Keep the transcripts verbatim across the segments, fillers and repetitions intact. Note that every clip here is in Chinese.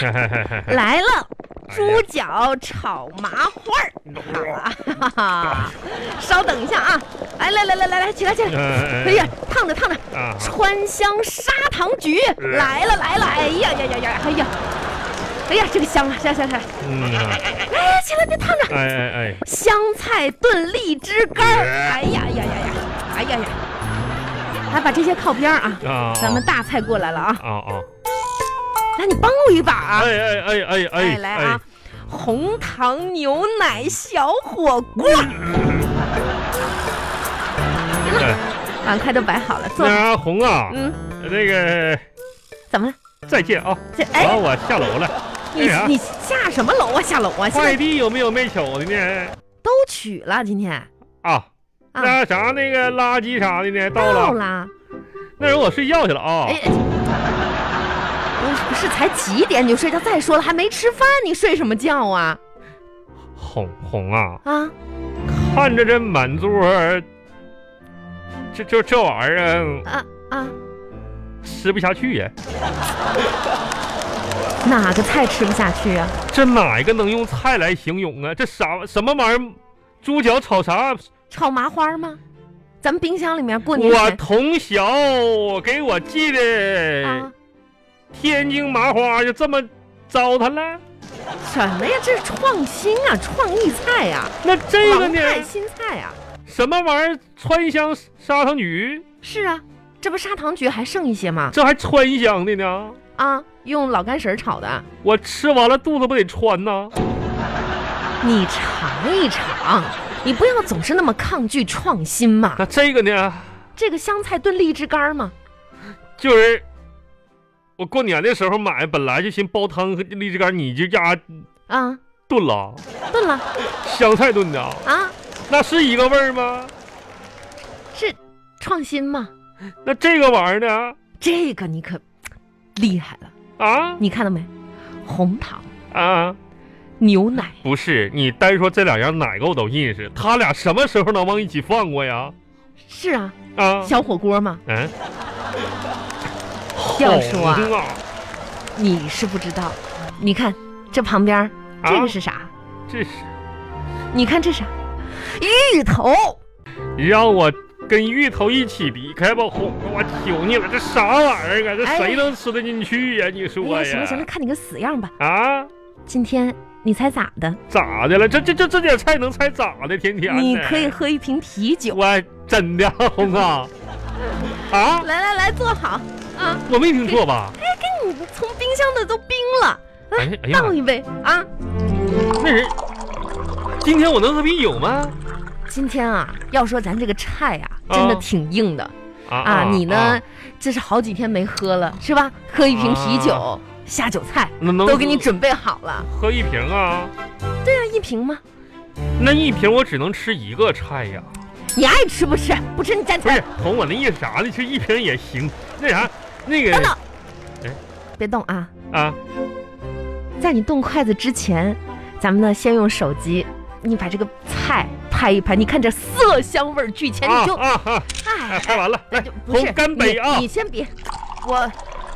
来了，猪脚炒麻花儿，哈哈！稍等一下啊，来来来来来来，起来起来！哎呀，烫着烫着！川香砂糖橘来了来了！哎呀呀呀呀！哎呀！哎呀，这个香啊！下下下！嗯，哎，起来别烫着！哎哎哎！香菜炖荔枝干儿！哎呀呀呀呀！哎呀呀！来把这些靠边啊！啊，咱们大菜过来了啊！啊啊！来，你帮我一把啊！哎哎哎哎哎！来啊！红糖牛奶小火锅。碗筷都摆好了，坐。 那红啊，嗯，那个怎么了？ 再见啊！这哎，我下楼了。 你你下什么楼啊？下楼啊！ 快递有没有没取的呢？ 都取了，今天啊。那啥，那个垃圾啥的呢？到了。 到了。 那时候我睡觉去了啊。哎， 不是才几点你就睡觉？再说了，还没吃饭，你睡什么觉啊？ 红红啊啊！ 看着这满桌，这就这玩意儿啊啊，吃不下去呀。 哪个菜吃不下去啊？ 这哪一个能用菜来形容啊？这啥什么玩意儿？猪脚炒啥？ 炒麻花吗？咱们冰箱里面过年我从小给我寄的、啊、天津麻花就这么糟蹋了？ 什么呀？这是创新啊，创意菜呀、啊！ 那这个呢？ 新菜呀、啊！ 什么玩意儿？川香砂糖橘？ 是啊，这不砂糖橘还剩一些吗？ 这还川香的呢？ 啊，用老干婶炒的。 我吃完了肚子不得穿呢？ 你尝一尝。你不要总是那么抗拒创新嘛。 那这个呢？ 这个香菜炖荔枝干嘛？ 就是我过年的时候买，本来就寻煲汤和荔枝干，你这家啊炖了， 炖了， 香菜炖的啊，那是一个味儿吗？ 是创新吗？ 那这个玩意儿呢？ 这个你可厉害了啊！ 你看到没？红糖啊。 牛奶不是你单说这两样哪个我都认识，他俩什么时候能往一起放过呀？ 是啊啊， 小火锅嘛。嗯，要说啊，啊你是不知道，你看这旁边、啊、这个是啥？ 这是， 你看这啥？芋头。 让我跟芋头一起离开吧，红，我求你了，这啥玩意儿啊？这谁能吃得进去呀？哎、你说呀？ 哎、行了行了，看你个死样吧。 啊， 今天。你猜咋的？ 咋的了？这这这这点菜能猜咋的？天天你可以喝一瓶啤酒。 我真的红啊啊！ 来来来，坐好啊！ 我没听错吧？ 哎，给你从冰箱的都冰了，来、哎哎、倒一杯啊！ 那人，今天我能喝啤酒吗？ 今天啊，要说咱这个菜啊，真的挺硬的 啊, 啊！你呢、啊，这是好几天没喝了，是吧？喝一瓶啤酒。啊下酒菜都给你准备好了， 喝一瓶啊？ 对啊，一瓶吗？ 那一瓶我只能吃一个菜呀。 你爱吃不吃？不吃你站起来。 不是，同我那意思啥呢？吃一瓶也行。那啥，那个等等，哎，别动啊啊！在你动筷子之前，咱们呢先用手机，你把这个菜拍一拍，你看这色香味俱全，你就啊啊！哎，拍完了，来， 不是干杯啊！ 你先别，我。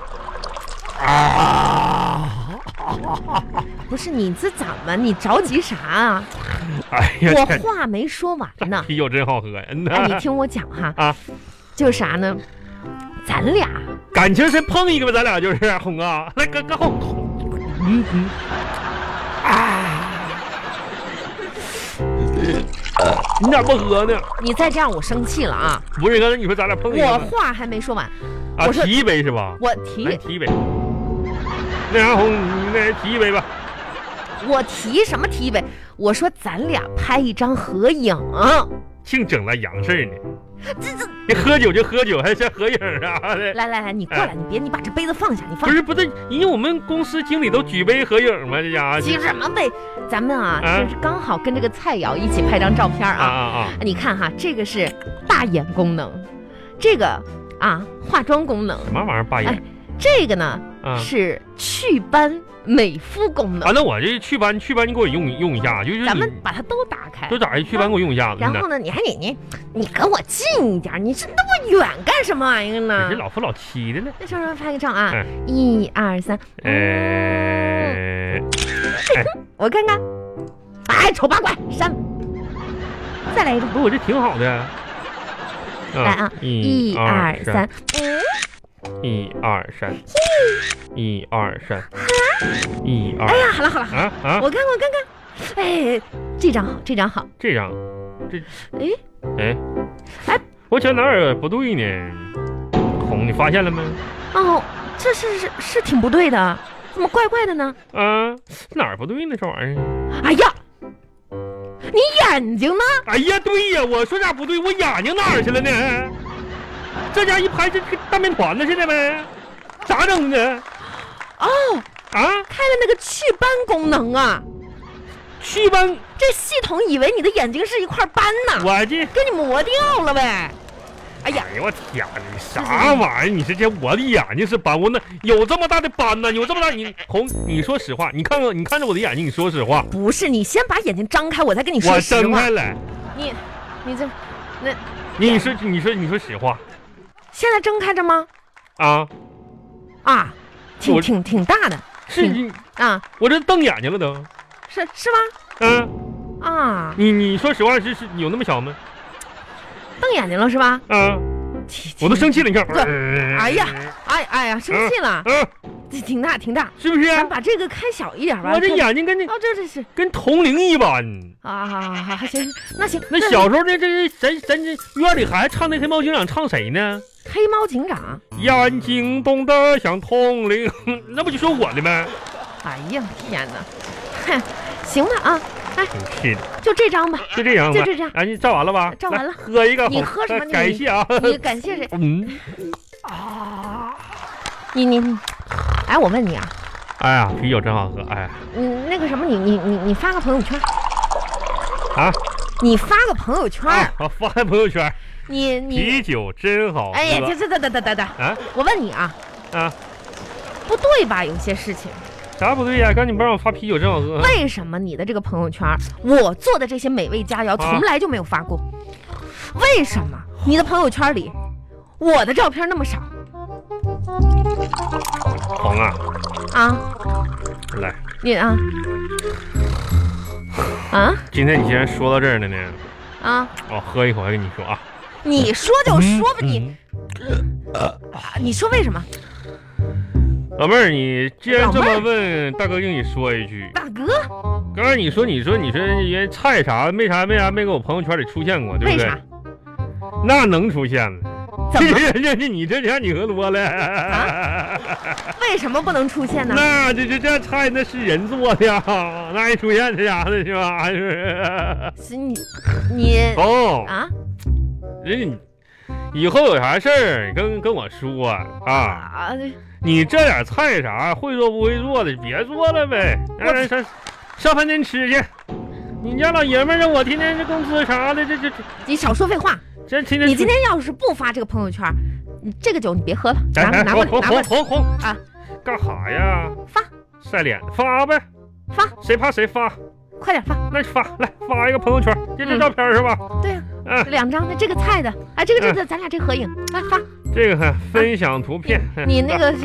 啊！ 不是你这怎么？你着急啥啊？ 哎呀， 我话没说完呢。 啤酒真好喝呀！ 哎，你听我讲哈啊，就是啥呢？咱俩感情先碰一个吧，咱俩就是红啊，来哥哥红，嗯嗯，啊，你咋不喝呢？ 你再这样我生气了啊！ 不是，刚才你说咱俩碰一个， 我话还没说完。 啊， 我说提一杯是吧？ 我提提一杯。那啥红，你再提一杯吧。 我提什么提一杯？我说咱俩拍一张合影。 净整那洋事呢。 这这， 你喝酒就喝酒，还像合影啥的？ 来来来，你过来，哎、你别，你把这杯子放下，你放下。 不是不是，因为我们公司经理都举杯合影嘛，这家伙。 举什么杯？咱们啊，啊就是刚好跟这个菜肴一起拍张照片啊。啊啊啊！你看哈，这个是大眼功能，这个啊化妆功能。 什么玩意儿大眼？ 哎，这个呢、啊、是祛斑美肤功能。 啊，那我这祛斑祛斑你给我用用一下，就是咱们把它都打开， 都打开祛斑给我用一下子。 然后呢，你还你你你跟我近一点，你这那么远干什么玩意儿呢？ 这老夫老妻的呢。 那稍稍拍个照啊，一二三， 呃。 我看看，哎，丑八怪，删。再来一张。 不，我这挺好的。 来啊，一二三， 一二三，一二三，一二。 哎呀，好了好了， 啊啊！ 我看我看看，哎，这张好，这张好， 这张，这， 哎哎哎， 我觉得哪儿不对呢？红，你发现了没？ 哦，这是是是挺不对的，怎么怪怪的呢？ 啊，哪儿不对呢？这玩意儿？ 哎呀，你眼睛呢？ 哎呀，对呀，我说哪不对？我眼睛哪儿去了呢？这家一拍这这大面团子现在呗，咋整呢？ 哦啊， 开了那个祛斑功能啊！ 祛斑， 这系统以为你的眼睛是一块斑呢， 我这给你磨掉了呗。哎呀， 哎呀，我天哪！你啥玩意儿？你这这我的眼睛是斑，我那有这么大的斑呢？有这么大？你红，你说实话，你看看，你看着我的眼睛，你说实话。 不是，你先把眼睛张开，我再跟你说实话。 我睁开了。 你，你这，那， 你说，你说，你说实话。 现在睁开着吗？ 啊啊，挺挺挺大的。 是你啊， 我这瞪眼睛了都。 是是吗？ 嗯啊， 你你说实话，是是有那么小吗？ 瞪眼睛了是吧？ 啊，我都生气了，你看。 哎呀，哎哎呀，生气了。 嗯， 这挺大挺大， 是不是？ 咱把这个开小一点吧。 我这眼睛跟那哦，这这是跟铜铃一般。 啊，好好好，行，那行。 那小时候那这咱咱这院里还唱那黑猫警长，唱谁呢？ 黑猫警长。 眼睛动得像铜铃，那不就说我的吗？ 哎呀，天哪！哼，行了啊。哎， 是的， 就这张吧， 就这样吧， 就这张。 哎，你照完了吧？ 照完了， 喝一个。 你喝什么？ 感谢啊！ 你感谢谁？ 嗯啊，你你，哎，我问你啊， 哎呀，啤酒真好喝，哎呀， 你那个什么，你你你你发个朋友圈啊？ 你发个朋友圈啊？发个朋友圈。 你你啤酒真好喝。 哎呀，这这这这这这啊！我问你啊啊， 不对吧？有些事情。 啥不对呀？刚你不让我发啤酒真好喝。 为什么你的这个朋友圈，我做的这些美味佳肴从来就没有发过？啊、为什么你的朋友圈里我的照片那么少？ 红啊啊， 来， 你啊啊！ 今天你既然说到这儿了呢， 啊， 我喝一口，还跟你说啊。 你说就说吧，你、嗯呃，你说为什么？ 老妹儿，你既然这么问，大哥跟你说一句。 大哥， 刚才你说，你说，你说，人菜啥没啥没啥没搁我朋友圈里出现过，对不对？ 为啥？ 那能出现了？ 怎么？ 这这你这让你喝多了、 啊？为什么不能出现呢？ 那这这这菜那是人做的呀，那还出现这啥的是吧？还是？ 是你你哦啊？ 人以后有啥事儿跟跟我说啊。啊你这点菜啥会做不会做的，别做了呗，让上上饭店吃去。你家老爷们儿，我天天这工资啥的，这这你少说废话。 这天天你今天要是不发这个朋友圈，你这个酒你别喝了，拿拿过来，拿过来。 红红啊， 干啥呀？ 发晒脸发呗， 发， 谁怕谁发， 快点发。 那发来发一个朋友圈，就这照片是吧？ 对呀，嗯，两张的这个菜的，哎，这个这个咱俩这合影，来发。 这个分享图片， 你那个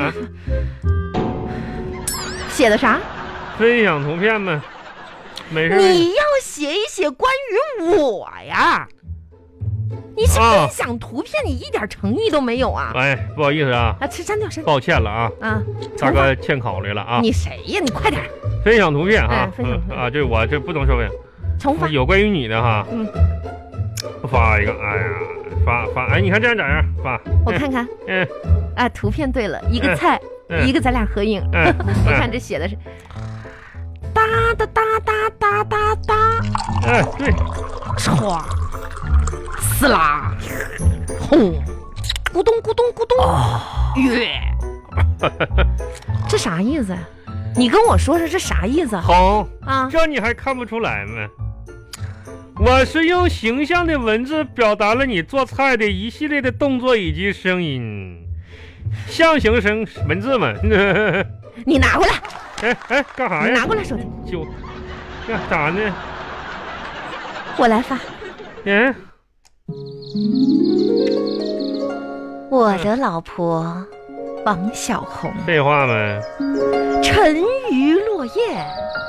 写的啥？ 分享图片吗？没事。 你要写一写关于我呀。你是分享图片，你一点诚意都没有啊！ 哎，不好意思啊， 啊，吃删掉删掉， 抱歉了啊， 啊， 大哥欠考虑了啊。 你谁呀？你快点分享图片哈， 分享啊，这我这不能说分享， 重发有关于你的哈， 嗯， 发一个，哎呀，发发，哎，你看这样咋样？发， 我看看， 嗯， 啊，图片对了，一个菜，一个咱俩合影，我看这写的是哒哒哒哒哒哒哒， 哎，对， 唰。撕啦，轰，咕咚咕咚咕咚，耶、哦，这啥意思？你跟我说说这啥意思？ 好啊， 这你还看不出来吗？我是用形象的文字表达了你做菜的一系列的动作以及声音，象形声文字嘛。 你拿过来。 哎哎，干啥呀？ 你拿过来手机。 就干啥呢？ 我来发。 嗯。 我的老婆王小红， 废话吗？ 沉鱼落雁，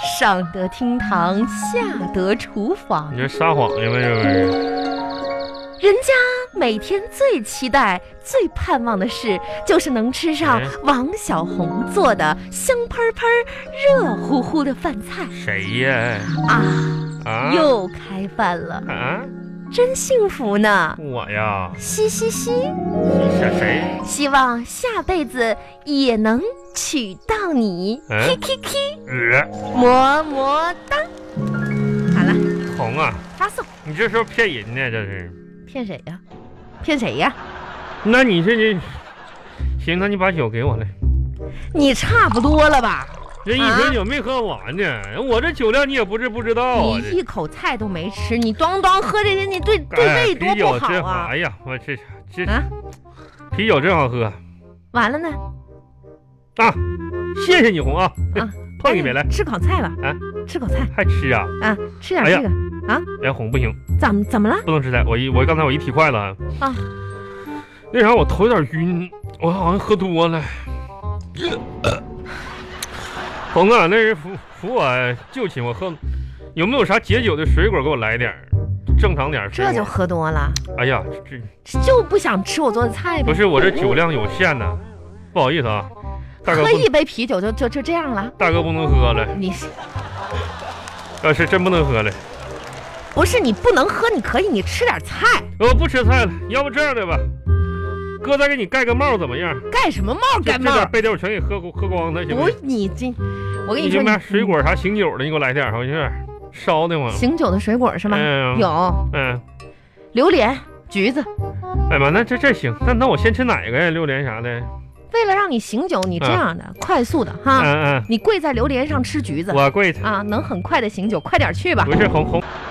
上得厅堂，下得厨房。 你这撒谎呢吗？这不是？ 人家每天最期待、最盼望的事，就是能吃上王小红做的香喷喷、热乎乎的饭菜。 谁呀？ 啊啊！ 又开饭了啊！ 真幸福呢！ 我呀， 嘻嘻嘻。 是谁？ 希望下辈子也能娶到你。 嗯 K K K， 呃， 么么哒。好了， 红啊， 发送。 你这时候骗人呢？这是骗谁呀？骗谁呀？ 那你这这，行，那你把酒给我来。 你差不多了吧？ 这一瓶酒没喝完呢，啊、我这酒量你也不是不知道啊！ 你一口菜都没吃，你咣咣喝这些，你对对胃多不好啊！ 哎呀，我这这啊， 啤酒真好喝。 完了呢？ 啊，谢谢你红啊！ 啊， 碰一杯来， 吃口菜吧。 啊， 吃口菜还吃啊？ 啊，吃点这个、 哎、 啊！ 哎，红不行， 怎么怎么了？ 不能吃菜。我一我刚才我一提筷子啊，那啥我头有点晕，我好像喝多了。呃红啊，那人扶扶我就寝，我喝，有没有啥解酒的水果给我来点正常点水果？ 这就喝多了。 哎呀， 这就不想吃我做的菜呗？ 不是，我这酒量有限呢，不好意思啊，大哥。 喝一杯啤酒就就就这样了？ 大哥不能喝了。 你要是真不能喝了。 不是你不能喝，你可以，你吃点菜。 我不吃菜了，要不这样的吧。哥再给你盖个帽怎么样？ 盖什么帽？盖帽？ 这点杯垫我全给喝喝光了，行不？你这，我跟你说， 你水果啥醒酒的，你给我来点，好像烧的慌。 醒酒的水果是吗？ 嗯、 有， 嗯， 榴莲、橘子。 哎妈，那这这行，那那我先吃哪个呀？榴莲啥的？ 为了让你醒酒，你这样的、嗯、快速的哈， 嗯嗯， 你跪在榴莲上吃橘子， 我跪着啊，能很快的醒酒，快点去吧。 不是红红。